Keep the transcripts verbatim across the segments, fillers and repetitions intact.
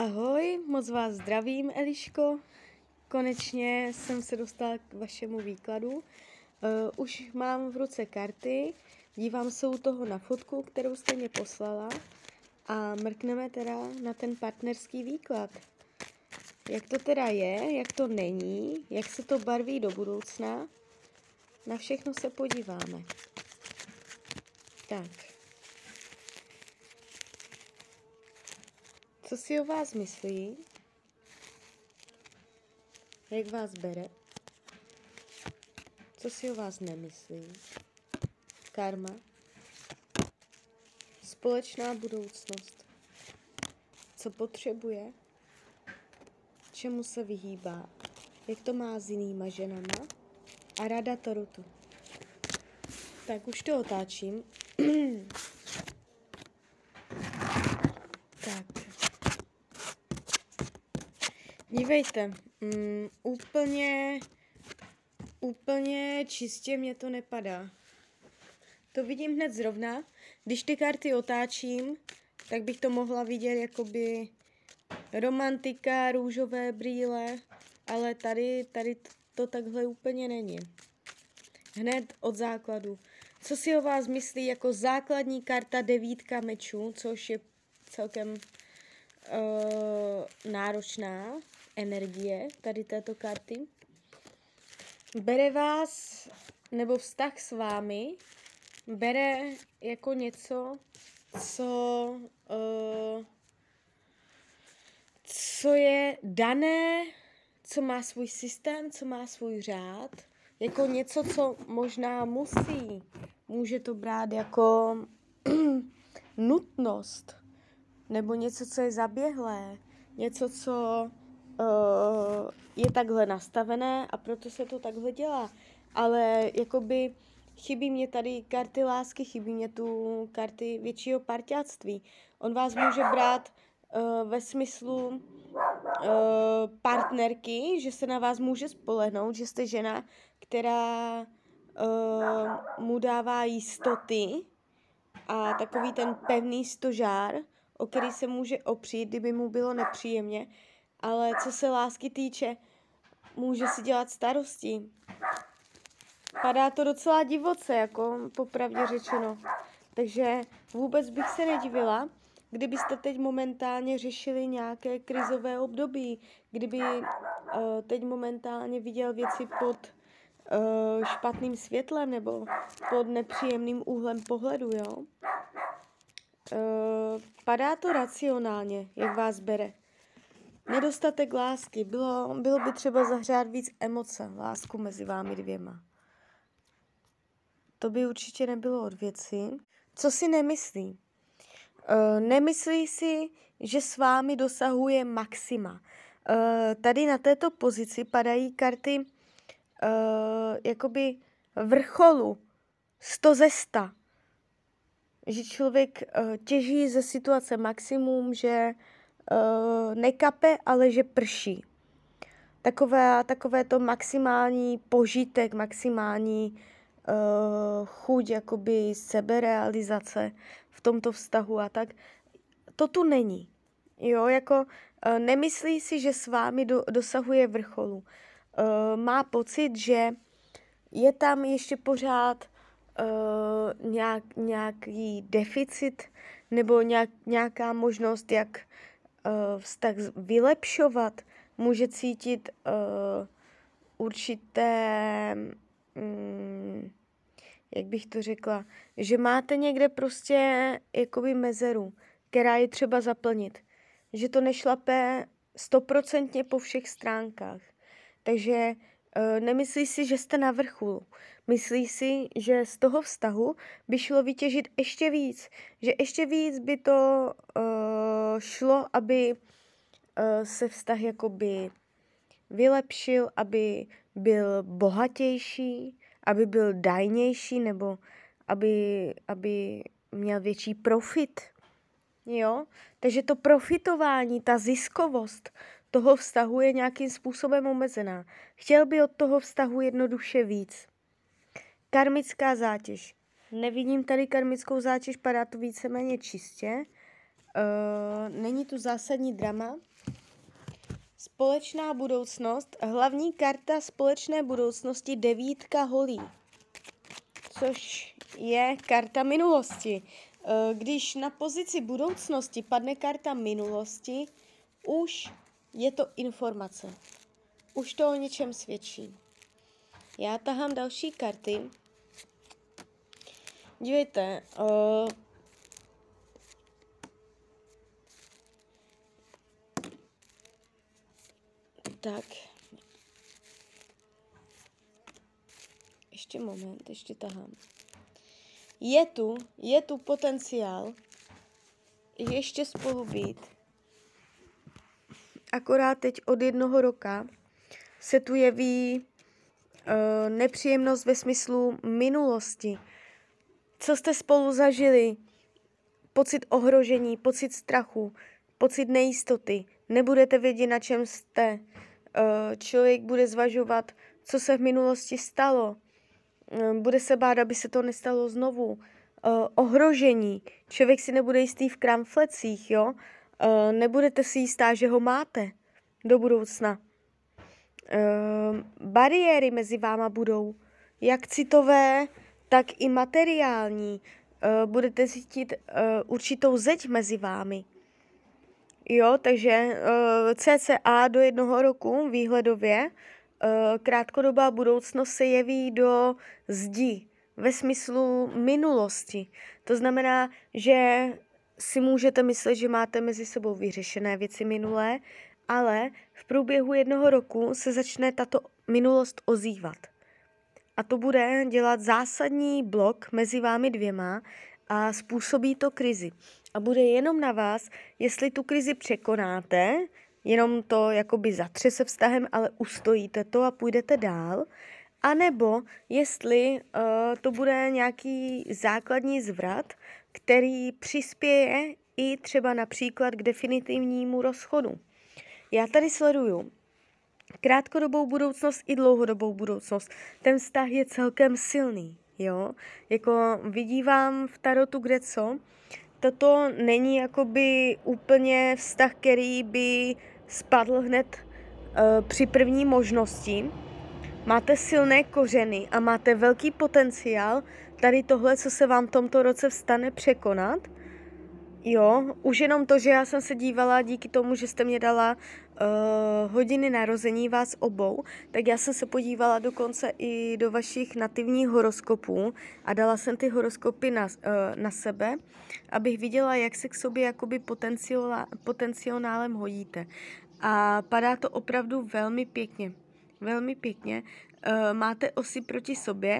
Ahoj, moc vás zdravím, Eliško. Konečně jsem se dostala k vašemu výkladu. Uh, už mám v ruce karty, dívám se u toho na fotku, kterou jste mě poslala a mrkneme teda na ten partnerský výklad. Jak to teda je, jak to není, jak se to barví do budoucna, na všechno se podíváme. Tak. Co si o vás myslí? Jak vás bere? Co si o vás nemyslí? Karma? Společná budoucnost? Co potřebuje? Čemu se vyhýbá? Jak to má s jinýma ženama? A rada Tarotu. Tak už to otáčím. Tak. Dívejte, um, úplně, úplně čistě mě to nepadá. To vidím hned zrovna. Když ty karty otáčím, tak bych to mohla vidět jakoby romantika, růžové brýle, ale tady, tady to takhle úplně není. Hned od základu. Co si o vás myslí jako základní karta devítka mečů, což je celkem uh, náročná energie tady této karty. Bere vás, nebo vztah s vámi, bere jako něco, co, uh, co je dané, co má svůj systém, co má svůj řád, jako něco, co možná musí. Může to brát jako nutnost, nebo něco, co je zaběhlé, něco, co uh, je takhle nastavené a proto se to takhle dělá. Ale jakoby chybí mě tady karty lásky, chybí mě tu karty většího parťáctví. On vás může brát uh, ve smyslu uh, partnerky, že se na vás může spolehnout, že jste žena, která uh, mu dává jistoty a takový ten pevný stožár, o který se může opřít, kdyby mu bylo nepříjemně. Ale co se lásky týče, může si dělat starosti. Padá to docela divoce, jako popravdě řečeno. Takže vůbec bych se nedivila, kdybyste teď momentálně řešili nějaké krizové období, kdyby uh, teď momentálně viděl věci pod uh, špatným světlem nebo pod nepříjemným úhlem pohledu, jo. Uh, padá to racionálně, jak vás bere. Nedostatek lásky. Bylo, bylo by třeba zahřát víc emoce, lásku mezi vámi dvěma. To by určitě nebylo od věci. Co si nemyslí? Uh, nemyslí si, že s vámi dosahuje maxima. Uh, tady na této pozici padají karty uh, jakoby vrcholu. sto ze sta. Že člověk uh, těží ze situace maximum, že uh, nekape, ale že prší. Takové, takové to maximální požitek, maximální Uh, chuť jakoby seberealizace v tomto vztahu a tak, to tu není. Jo, jako uh, nemyslí si, že s vámi do, dosahuje vrcholu. Uh, má pocit, že je tam ještě pořád uh, nějak, nějaký deficit nebo nějak, nějaká možnost, jak uh, vztah vylepšovat. Může cítit uh, určité Hmm, jak bych to řekla, že máte někde prostě jakoby mezeru, která je třeba zaplnit. Že to nešlape stoprocentně po všech stránkách. Takže e, nemyslí si, že jste na vrcholu. Myslí si, že z toho vztahu by šlo vytěžit ještě víc. Že ještě víc by to e, šlo, aby e, se vztah jakoby vylepšil, aby byl bohatější, aby byl dajnější, nebo aby, aby měl větší profit. Jo? Takže to profitování, ta ziskovost toho vztahu je nějakým způsobem omezená. Chtěl by od toho vztahu jednoduše víc. Karmická zátěž. Nevidím tady karmickou zátěž, padá to víceméně čistě. uh, není tu zásadní drama. Společná budoucnost, hlavní karta společné budoucnosti devítka holí, což je karta minulosti. Když na pozici budoucnosti padne karta minulosti, už je to informace. Už to o něčem svědčí. Já tahám další karty. Dívejte, uh, tak, ještě moment, ještě tahám. Je tu, je tu potenciál ještě spolu být. Akorát teď od jednoho roka se tu jeví uh, nepříjemnost ve smyslu minulosti. Co jste spolu zažili? Pocit ohrožení, pocit strachu, pocit nejistoty. Nebudete vědět, na čem jste. Uh, člověk bude zvažovat, co se v minulosti stalo. Uh, bude se bát, aby se to nestalo znovu. Uh, ohrožení. Člověk si nebude jistý v kramflecích, jo? Uh, nebudete si jistá, že ho máte do budoucna. Uh, bariéry mezi váma budou. Jak citové, tak i materiální. Uh, budete cítit uh, určitou zeď mezi vámi. Jo, takže uh, cca do jednoho roku výhledově uh, krátkodobá budoucnost se jeví do zdi ve smyslu minulosti. To znamená, že si můžete myslet, že máte mezi sebou vyřešené věci minulé, ale v průběhu jednoho roku se začne tato minulost ozývat. A to bude dělat zásadní blok mezi vámi dvěma a způsobí to krizi. A bude jenom na vás, jestli tu krizi překonáte, jenom to jakoby zatře se vztahem, ale ustojíte to a půjdete dál, anebo jestli uh, to bude nějaký základní zvrat, který přispěje i třeba například k definitivnímu rozchodu. Já tady sleduju krátkodobou budoucnost i dlouhodobou budoucnost. Ten vztah je celkem silný, jo. Jako vidívám v tarotu kde co, toto není jakoby úplně vztah, který by spadl hned uh, při první možnosti. Máte silné kořeny a máte velký potenciál tady tohle, co se vám v tomto roce vstane, překonat. Jo, už jenom to, že já jsem se dívala díky tomu, že jste mě dala uh, hodiny narození vás obou, tak já jsem se podívala dokonce i do vašich nativních horoskopů a dala jsem ty horoskopy na, uh, na sebe, abych viděla, jak se k sobě jakoby potenciálem hodíte. A padá to opravdu velmi pěkně. Velmi pěkně. Uh, máte osy proti sobě,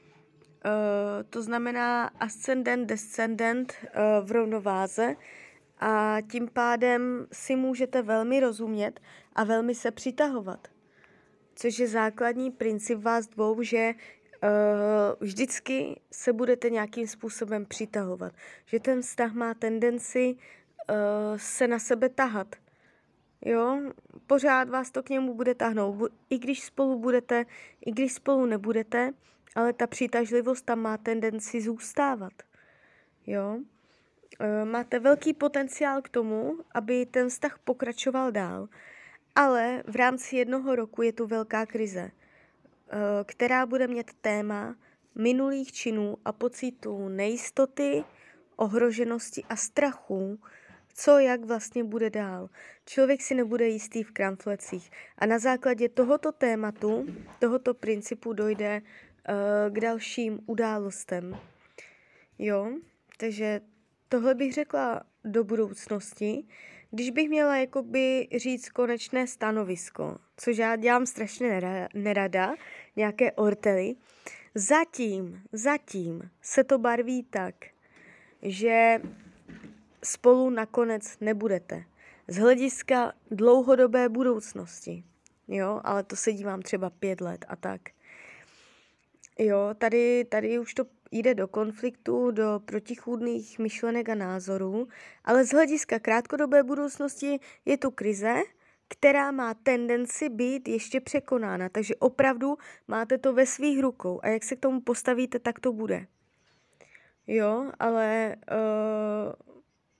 Uh, to znamená ascendent, descendent uh, v rovnováze a tím pádem si můžete velmi rozumět a velmi se přitahovat. Což je základní princip vás dvou, že uh, vždycky se budete nějakým způsobem přitahovat. Že ten vztah má tendenci uh, se na sebe tahat. Jo, pořád vás to k němu bude tahnout. I když spolu budete, i když spolu nebudete, ale ta přitažlivost tam má tendenci zůstávat. Jo? E, máte velký potenciál k tomu, aby ten vztah pokračoval dál, ale v rámci jednoho roku je tu velká krize, e, která bude mít téma minulých činů a pocitů nejistoty, ohroženosti a strachu, co jak vlastně bude dál. Člověk si nebude jistý v kramflecích a na základě tohoto tématu, tohoto principu dojde k dalším událostem. Jo, takže tohle bych řekla do budoucnosti. Když bych měla jakoby říct konečné stanovisko, což já dělám strašně nerada, nějaké ortely, zatím, zatím se to barví tak, že spolu nakonec nebudete. Z hlediska dlouhodobé budoucnosti. Jo, ale to se dívám třeba pět let a tak. Jo, tady, tady už to jde do konfliktu, do protichůdných myšlenek a názorů, ale z hlediska krátkodobé budoucnosti je tu krize, která má tendenci být ještě překonána, takže opravdu máte to ve svých rukou a jak se k tomu postavíte, tak to bude. Jo, ale uh,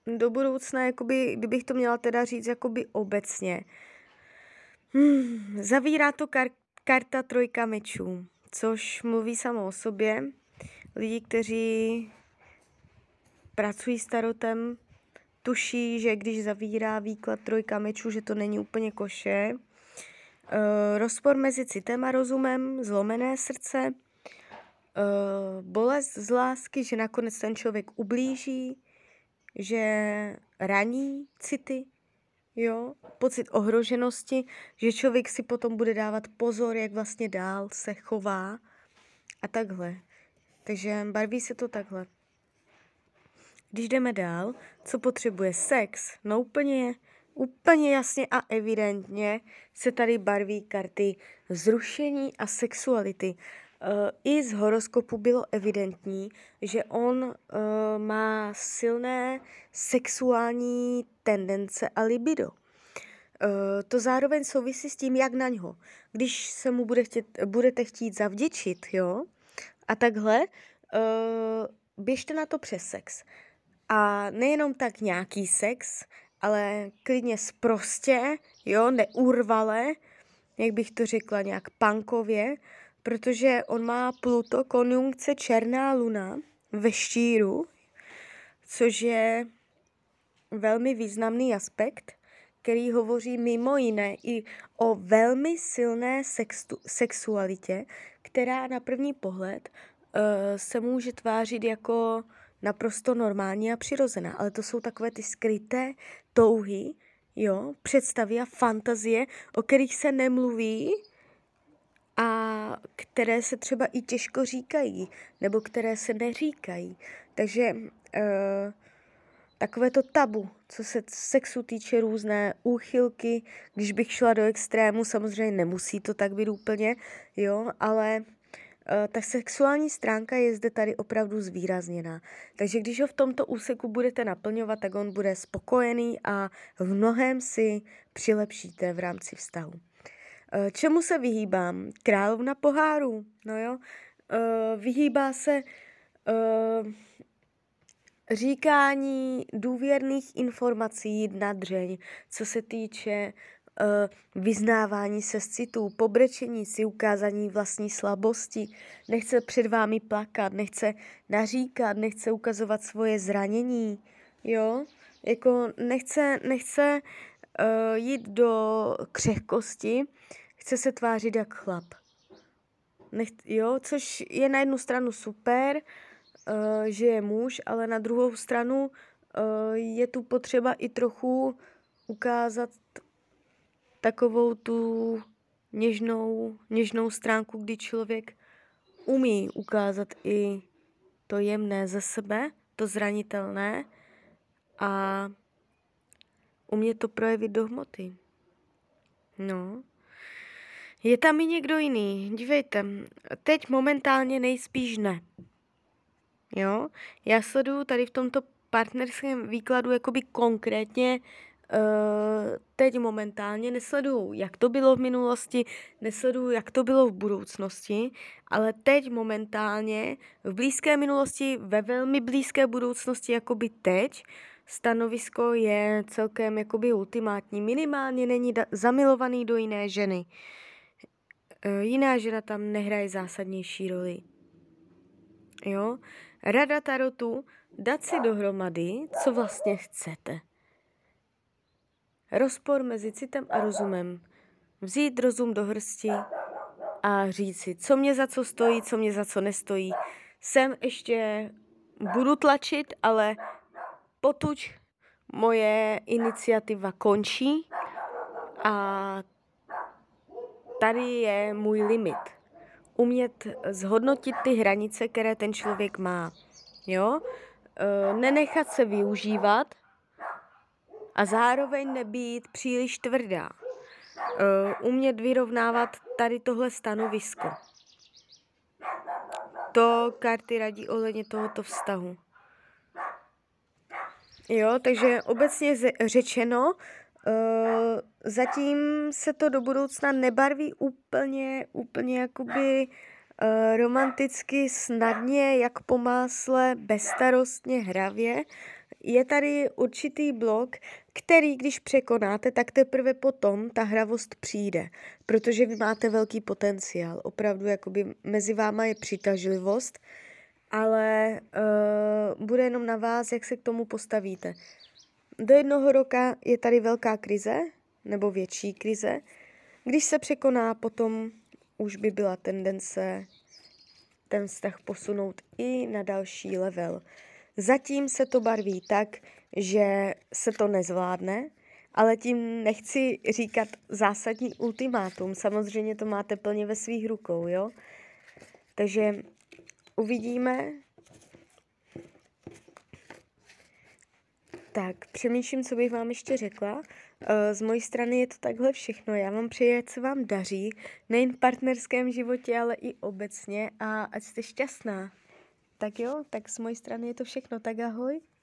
do budoucna, jakoby, kdybych to měla teda říct jakoby obecně, hmm, zavírá to kar- karta trojka mečů, což mluví samo o sobě. Lidi, kteří pracují s tarotem, tuší, že když zavírá výklad trojka mečů, že to není úplně koše. Uh, rozpor mezi citem a rozumem, zlomené srdce, uh, bolest z lásky, že nakonec ten člověk ublíží, že raní city, jo, pocit ohroženosti, že člověk si potom bude dávat pozor, jak vlastně dál se chová a takhle. Takže barví se to takhle. Když jdeme dál, co potřebuje sex? No úplně, úplně jasně a evidentně se tady barví karty zrušení a sexuality. I z horoskopu bylo evidentní, že on uh, má silné sexuální tendence a libido. Uh, to zároveň souvisí s tím, jak na něho. Když se mu bude chtět, budete chtít zavděčit, jo, a takhle, uh, běžte na to přes sex. A nejenom tak nějaký sex, ale klidně sprostě, jo, neurvale, jak bych to řekla, nějak punkově, protože on má Pluto konjunkce černá luna ve štíru, což je velmi významný aspekt, který hovoří mimo jiné i o velmi silné sextu, sexualitě, která na první pohled uh, se může tvářit jako naprosto normální a přirozená, ale to jsou takové ty skryté touhy, jo, představy a fantazie, o kterých se nemluví a které se třeba i těžko říkají, nebo které se neříkají. Takže uh, takové to tabu, co se sexu týče, různé úchylky, když bych šla do extrému, samozřejmě nemusí to tak být úplně, jo, ale uh, ta sexuální stránka je zde tady opravdu zvýrazněná. Takže když ho v tomto úseku budete naplňovat, tak on bude spokojený a v mnohém si přilepšíte v rámci vztahu. Uh, čemu se vyhýbám? Královna pohárů, no jo, uh, vyhýbá se uh, říkání důvěrných informací na dřeň, co se týče uh, vyznávání se z citů, pobrečení si, ukázání vlastní slabosti, nechce před vámi plakat, nechce naříkat, nechce ukazovat svoje zranění, jo, jako nechce, nechce uh, jít do křehkosti, chce se tvářit jak chlap. Nech, jo, což je na jednu stranu super, Uh, že je muž, ale na druhou stranu uh, je tu potřeba i trochu ukázat takovou tu něžnou, něžnou stránku, kdy člověk umí ukázat i to jemné ze sebe, to zranitelné a umět to projevit do hmoty. No. Je tam i někdo jiný. Dívejte, teď momentálně nejspíš ne. Jo, já sleduju tady v tomto partnerském výkladu jakoby konkrétně uh, teď momentálně, nesleduju, jak to bylo v minulosti, nesleduju, jak to bylo v budoucnosti, ale teď momentálně, v blízké minulosti, ve velmi blízké budoucnosti, jakoby teď, stanovisko je celkem jakoby ultimátní. Minimálně není da- zamilovaný do jiné ženy. Uh, jiná žena tam nehraje zásadnější roli. Jo, rada tarotu, dát si dohromady, co vlastně chcete. Rozpor mezi citem a rozumem. Vzít rozum do hrsti a říct si, co mě za co stojí, co mě za co nestojí. Sem ještě budu tlačit, ale potuď moje iniciativa končí a tady je můj limit. Umět zhodnotit ty hranice, které ten člověk má. Jo? E, nenechat se využívat a zároveň nebýt příliš tvrdá. E, umět vyrovnávat tady tohle stanovisko. To karty radí ohledně tohoto vztahu. Jo, takže obecně řečeno, uh, zatím se to do budoucna nebarví úplně, úplně jakoby uh, romanticky, snadně, jak po másle, bezstarostně, hravě. je tady určitý blok, který když překonáte, tak teprve potom ta hravost přijde, protože vy máte velký potenciál. Opravdu jakoby mezi váma je přitažlivost, ale uh, bude jenom na vás, jak se k tomu postavíte. Do jednoho roka je tady velká krize, nebo větší krize. Když se překoná, potom už by byla tendence ten vztah posunout i na další level. Zatím se to barví tak, že se to nezvládne, ale tím nechci říkat zásadní ultimátum. Samozřejmě to máte plně ve svých rukou, jo? Takže uvidíme. Tak, přemýšlím, co bych vám ještě řekla. Z mojí strany je to takhle všechno. Já vám přeji, ať se vám daří, nejen v partnerském životě, ale i obecně a ať jste šťastná. Tak jo, tak z mojí strany je to všechno. Tak ahoj.